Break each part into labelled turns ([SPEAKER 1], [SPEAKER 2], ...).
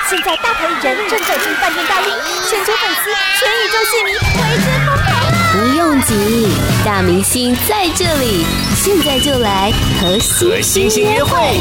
[SPEAKER 1] 现在大牌艺人正走进饭店大厅，全球粉丝、全宇宙戏迷为之疯狂啊！
[SPEAKER 2] 不用急，大明星在这里，现在就来和星星约会。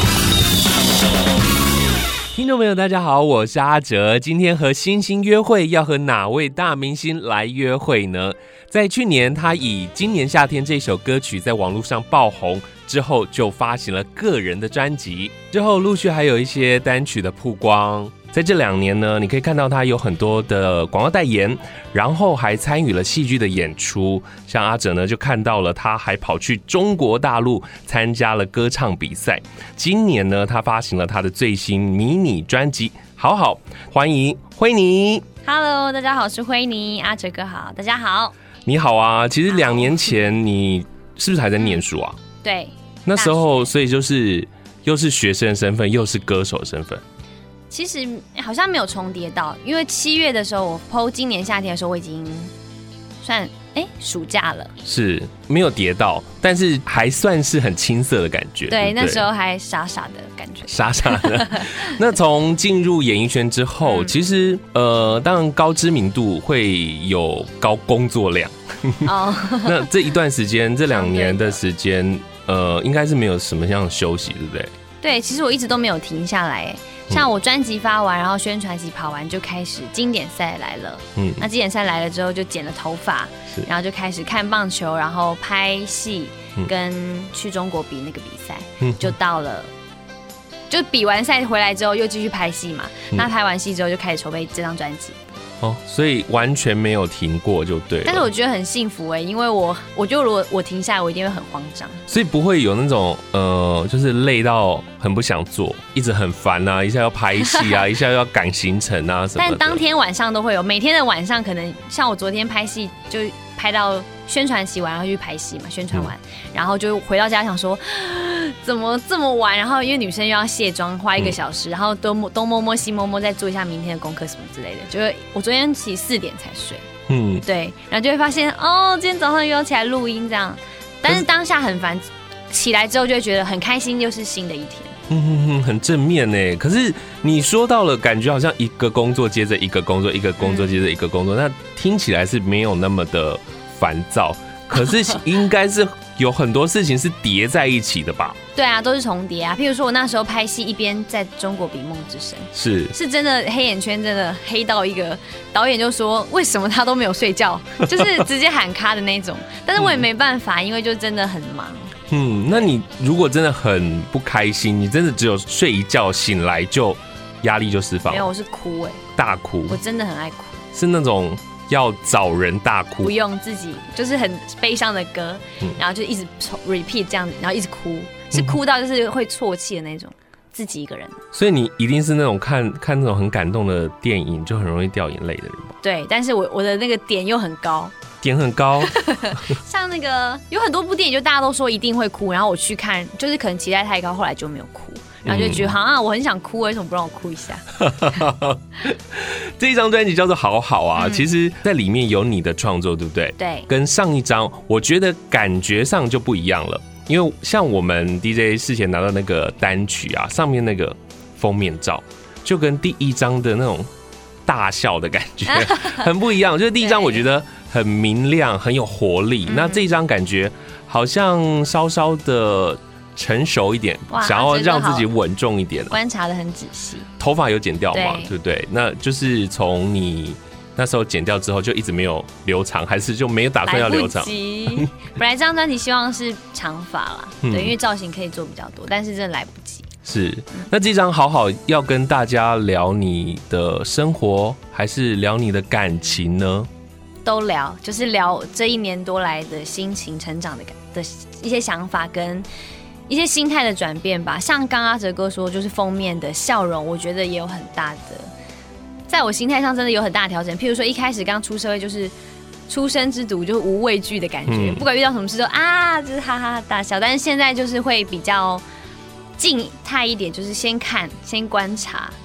[SPEAKER 3] 听众朋友大家好，我是阿哲，今天和星星约会要和哪位大明星来约会呢？在去年他以今年夏天这首歌曲在网络上爆红之后，就发行了个人的专辑，之后陆续还有一些单曲的曝光。在这2年呢，你可以看到他有很多的广告代言，然后还参与了戏剧的演出。像阿哲呢，就看到了他还跑去中国大陆参加了歌唱比赛。今年呢，他发行了他的最新迷你专辑《好好》，欢迎辉妮。
[SPEAKER 4] Hello， 大家好，我是辉妮，阿哲哥好，大家好。
[SPEAKER 3] 你好啊，其实2年前你是不是还在念书啊？
[SPEAKER 4] 对，
[SPEAKER 3] 那时候所以就是又是学生身份，又是歌手身份。
[SPEAKER 4] 其实好像没有重叠到，因为7月的时候，我 PO 今年夏天的时候，我已经算暑假了，
[SPEAKER 3] 是没有跌到，但是还算是很青涩的感觉。
[SPEAKER 4] 对，那时候还傻傻的感觉，
[SPEAKER 3] 傻傻的。那从进入演艺圈之后，其实当然高知名度会有高工作量。哦，那这一段时间，这2年的时间，应该是没有什么样的休息，对不对？
[SPEAKER 4] 对，其实我一直都没有停下来。像我专辑发完，然后宣传期跑完，就开始经典赛来了。那经典赛来了之后，就剪了头发，然后就开始看棒球，然后拍戏，跟去中国比那个比赛，就到了。就比完赛回来之后，又继续拍戏嘛。那拍完戏之后，就开始筹备这张专辑。
[SPEAKER 3] 哦，所以完全没有停过就对了。
[SPEAKER 4] 但是我觉得很幸福因为我觉得如果我停下来，我一定会很慌张。
[SPEAKER 3] 所以不会有那种就是累到很不想做，一直很烦啊，一下要拍戏啊，一下要赶行程啊什么的。
[SPEAKER 4] 但当天晚上都会有，每天的晚上可能像我昨天拍戏就拍到宣传期完，然后去拍戏嘛，宣传完，然后就回到家想说怎么这么晚，然后因为女生又要卸妆，花1个小时，然后东摸摸西摸摸，再做一下明天的功课什么之类的，就是我昨天起4点才睡，对，然后就会发现今天早上又要起来录音这样，但是当下很烦，起来之后就会觉得很开心，又是新的一天。
[SPEAKER 3] 很正面耶。可是你说到了，感觉好像一个工作接着一个工作，一个工作接着一个工作，那听起来是没有那么的烦躁，可是应该是有很多事情是叠在一起的吧？
[SPEAKER 4] 对啊，都是重叠啊。譬如说我那时候拍戏，一边在中国比梦之声，是真的黑眼圈真的黑到一个导演就说为什么他都没有睡觉，就是直接喊卡的那种。但是我也没办法，因为就真的很忙。
[SPEAKER 3] 那你如果真的很不开心，你真的只有睡一觉醒来就压力就释放了？
[SPEAKER 4] 没有，我是哭
[SPEAKER 3] 大哭。我
[SPEAKER 4] 真的很爱哭，
[SPEAKER 3] 是那种要找人大哭，
[SPEAKER 4] 不用自己就是很悲伤的歌，然后就一直 repeat 这样子，然后一直哭，是哭到就是会啜泣的那种，自己一个人。所
[SPEAKER 3] 以你一定是那种看那种很感动的电影就很容易掉眼泪的人吧？
[SPEAKER 4] 对，但是我的那个点又很高。
[SPEAKER 3] 点很高，
[SPEAKER 4] 像那个有很多部电影，就大家都说一定会哭，然后我去看，就是可能期待太高，后来就没有哭，然后就觉得我很想哭，为什么不让我哭一下？
[SPEAKER 3] 这一张专辑叫做《好好》啊，其实在里面有你的创作，对不对？
[SPEAKER 4] 对，
[SPEAKER 3] 跟上一张我觉得感觉上就不一样了，因为像我们 DJ 事前拿到那个单曲啊，上面那个封面照就跟第1张的那种大笑的感觉很不一样，就是第1张我觉得很明亮，很有活力。那这一张感觉好像稍稍的成熟一点，想要让自己稳重一点。
[SPEAKER 4] 观察得很仔细。头
[SPEAKER 3] 发有剪掉嘛？对不对？那就是从你那时候剪掉之后，就一直没有留长，还是就没有打算要留长？
[SPEAKER 4] 本来这张专辑希望是长发啦，对，因为造型可以做比较多，但是真的来不及。
[SPEAKER 3] 是，那这张好好要跟大家聊你的生活，还是聊你的感情呢？
[SPEAKER 4] 都聊，就是聊这1年多来的心情、成长的一些想法跟一些心态的转变吧。像刚阿哲哥说，就是封面的笑容，我觉得也有很大的，在我心态上真的有很大的调整。譬如说一开始刚出社会，就是初生之犊，就是无畏惧的感觉，不管遇到什么事都就是哈哈大笑。但是现在就是会比较静态一点，就是先看、先观察，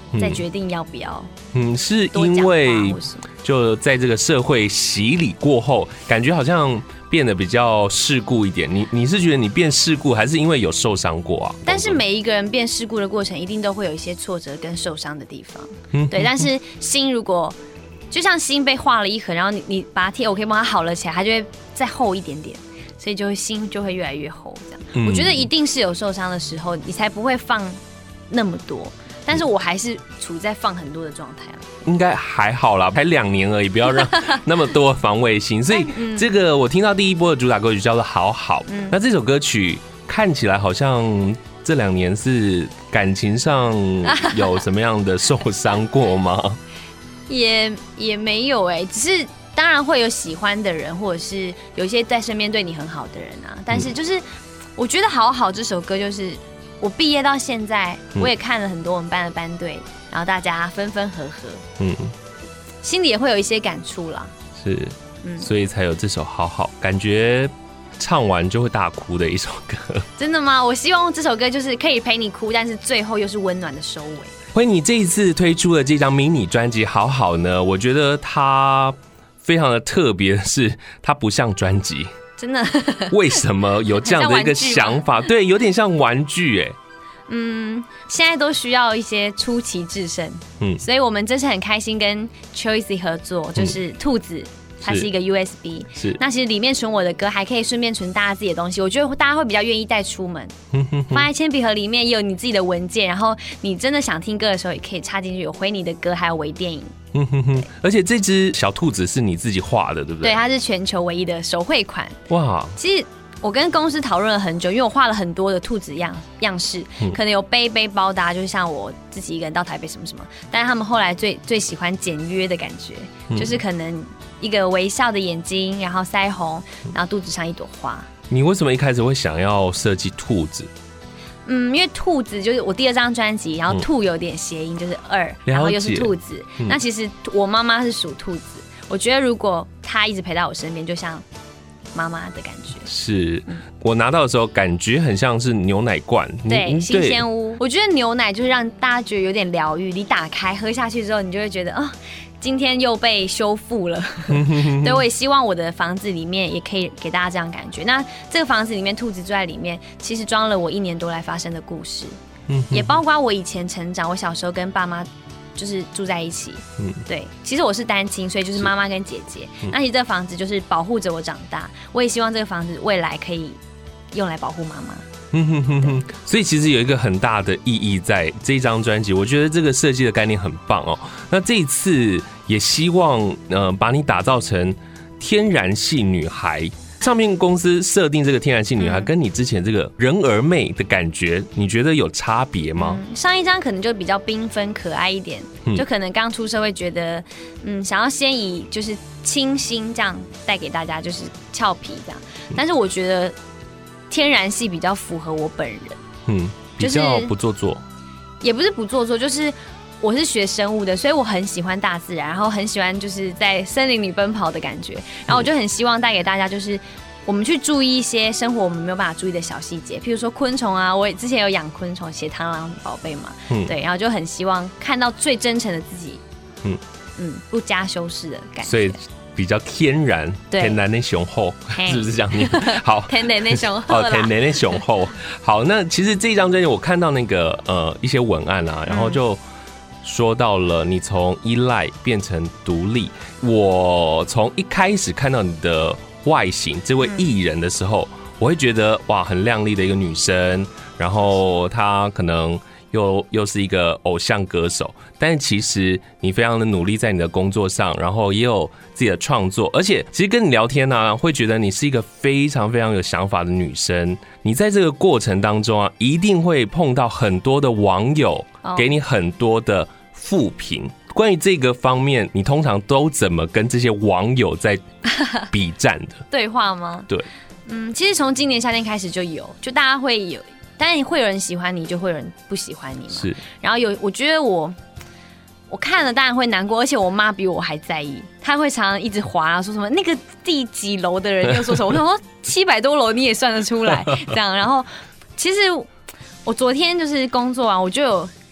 [SPEAKER 4] 再决定要不要。
[SPEAKER 3] 是因为就在这个社会洗礼过后，感觉好像变得比较世故一点。你是觉得你变世故，还是因为有受伤过啊？
[SPEAKER 4] 但是每一个人变世故的过程，一定都会有一些挫折跟受伤的地方。对，但是心如果就像心被划了一痕，然后你把它贴 OK 帮它好了起来，它就会再厚一点点，所以就会心就会越来越厚。这样，我觉得一定是有受伤的时候，你才不会放那么多。但是我还是处在放很多的状态了，
[SPEAKER 3] 应该还好啦，才2年而已，不要让那么多防卫心。所以这个我听到第一波的主打歌曲叫做《好好》，那这首歌曲看起来好像这2年是感情上有什么样的受伤过吗？也
[SPEAKER 4] 没有只是当然会有喜欢的人，或者是有一些在身边对你很好的人啊。但是就是我觉得《好好》这首歌就是。我毕业到现在，我也看了很多我们班的班队，然后大家分分合合，心里也会有一些感触啦。是，
[SPEAKER 3] 所以才有这首《好好》，感觉唱完就会大哭的一首歌。
[SPEAKER 4] 真的吗？我希望这首歌就是可以陪你哭，但是最后又是温暖的收尾。
[SPEAKER 3] 辉妮这一次推出的这张迷你专辑《好好》呢，我觉得它非常的特别的是，它不像专辑。
[SPEAKER 4] 真的？
[SPEAKER 3] 为什么有这样的一个想法？对，有点像玩具
[SPEAKER 4] 现在都需要一些出奇制胜，所以我们这次很开心跟 Choicy 合作，就是兔子，它是一个 USB， 是那其实里面存我的歌，还可以顺便存大家自己的东西，我觉得大家会比较愿意带出门，放在铅笔盒里面，也有你自己的文件，然后你真的想听歌的时候，也可以插进去，有回你的歌，还有微电影。
[SPEAKER 3] 而且这只小兔子是你自己画的，对不对？
[SPEAKER 4] 对，它是全球唯一的手绘款。哇！其实我跟公司讨论了很久，因为我画了很多的兔子样式，可能有背包的，就是像我自己一个人到台北什么什么。但是他们后来最喜欢简约的感觉，就是可能一个微笑的眼睛，然后腮红，然后肚子上一朵花。你
[SPEAKER 3] 为什么一开始会想要设计兔子？
[SPEAKER 4] 因为兔子就是我第2张专辑，然后兔有点谐音，就是2，然后又是兔子。那其实我妈妈是属兔子，我觉得如果她一直陪在我身边，就像妈妈的感觉。是
[SPEAKER 3] 我拿到的时候，感觉很像是牛奶罐，
[SPEAKER 4] 对，新鲜屋。我觉得牛奶就是让大家觉得有点疗愈，你打开喝下去之后，你就会觉得今天又被修复了。对，我也希望我的房子里面也可以给大家这样感觉。那这个房子里面，兔子住在里面，其实装了我1年多来发生的故事，也包括我以前成长，我小时候跟爸妈就是住在一起。对，其实我是单亲，所以就是妈妈跟姐姐。那其实这个房子就是保护着我长大，我也希望这个房子未来可以用来保护妈妈。
[SPEAKER 3] 所以其实有一个很大的意义在这一张专辑，我觉得这个设计的概念很棒哦。那这一次也希望把你打造成天然系女孩。唱片公司设定这个天然系女孩，跟你之前这个人儿妹的感觉，你觉得有差别吗？
[SPEAKER 4] 上一张可能就比较缤纷可爱一点，就可能刚出社会觉得，想要先以就是清新这样带给大家，就是俏皮这样。但是我觉得天然系比较符合我本人，
[SPEAKER 3] 比较不做作，
[SPEAKER 4] 也不是不做作，就是我是学生物的，所以我很喜欢大自然，然后很喜欢就是在森林里奔跑的感觉，然后我就很希望带给大家就是我们去注意一些生活我们没有办法注意的小细节，譬如说昆虫啊，我之前有养昆虫，血螳螂宝贝嘛，对，然后就很希望看到最真诚的自己，不加修饰的感觉，
[SPEAKER 3] 所以比较天然，天然的雄厚，是不是这样念？好，
[SPEAKER 4] 天然的雄厚，
[SPEAKER 3] 天然的雄厚。好，那其实这一张专辑我看到那个一些文案啊，然后就说到了你从依赖变成独立。我从一开始看到你的外形，这位艺人的时候，我会觉得哇，很靓丽的一个女生，然后她可能又是一个偶像歌手，但是其实你非常的努力在你的工作上，然后也有自己的创作，而且其实跟你聊天啊，会觉得你是一个非常非常有想法的女生。你在这个过程当中啊，一定会碰到很多的网友给你很多的负评。关于这个方面，你通常都怎么跟这些网友在比战的？
[SPEAKER 4] 对话吗？
[SPEAKER 3] 对，
[SPEAKER 4] 其实从今年夏天开始就大家会有。当然会有人喜欢你，就会有人不喜欢你嘛。是，然后我觉得我看了当然会难过，而且我妈比我还在意，她会常常一直滑啊，说什么那个第几楼的人又说什么，我想说700多楼你也算得出来这样。然后其实我昨天就是工作完，我就有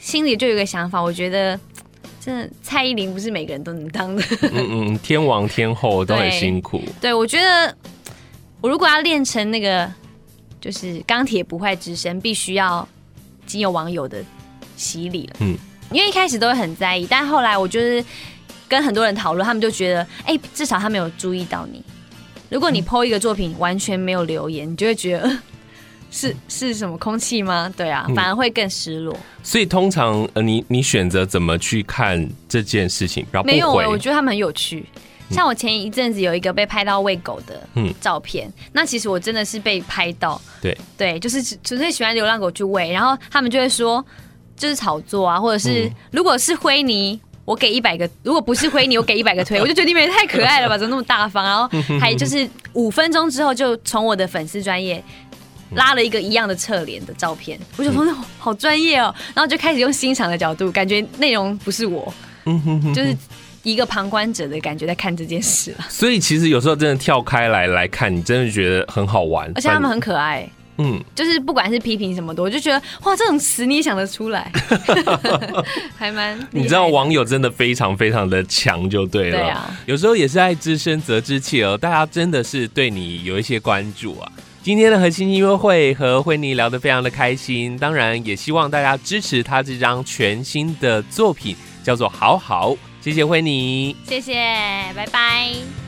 [SPEAKER 4] 心里就有一个想法，我觉得真的蔡依林不是每个人都能当的。
[SPEAKER 3] 天王天后都很辛苦。对，
[SPEAKER 4] 我觉得我如果要练成那个就是钢铁不坏之身，必须要经由网友的洗礼了。因为一开始都会很在意，但后来我就是跟很多人讨论，他们就觉得，至少他们有注意到你。如果你 po 一个作品完全没有留言，你就会觉得是什么空气吗？对啊，反而会更失落。所
[SPEAKER 3] 以通常你选择怎么去看这件事情？然后不回？
[SPEAKER 4] 没有，我觉得他们很有趣。像我前一阵子有一个被拍到喂狗的照片，那其实我真的是被拍到，对，就是纯粹喜欢流浪狗去喂，然后他们就会说就是炒作啊，或者是如果是灰泥。我给100个，如果不是灰泥，我给100个推。我就觉得你们也太可爱了吧，怎么那么大方？然后还就是5分钟之后，就从我的粉丝专页拉了一个一样的侧脸的照片。我就说好专业哦，然后就开始用欣赏的角度，感觉内容不是我，就是一个旁观者的感觉在看这件事了。
[SPEAKER 3] 所以其实有时候真的跳开来看，你真的觉得很好玩，
[SPEAKER 4] 而且他们很可爱。就是不管是批评什么的，我就觉得哇，这种词你也想得出来，还蛮。
[SPEAKER 3] 你知道网友真的非常非常的强，就对了。对啊，有时候也是爱之深责之切哦，大家真的是对你有一些关注啊。今天的和星星约会和慧妮聊得非常的开心，当然也希望大家支持她这张全新的作品，叫做《好好》。谢谢慧妮，
[SPEAKER 4] 谢谢，拜拜。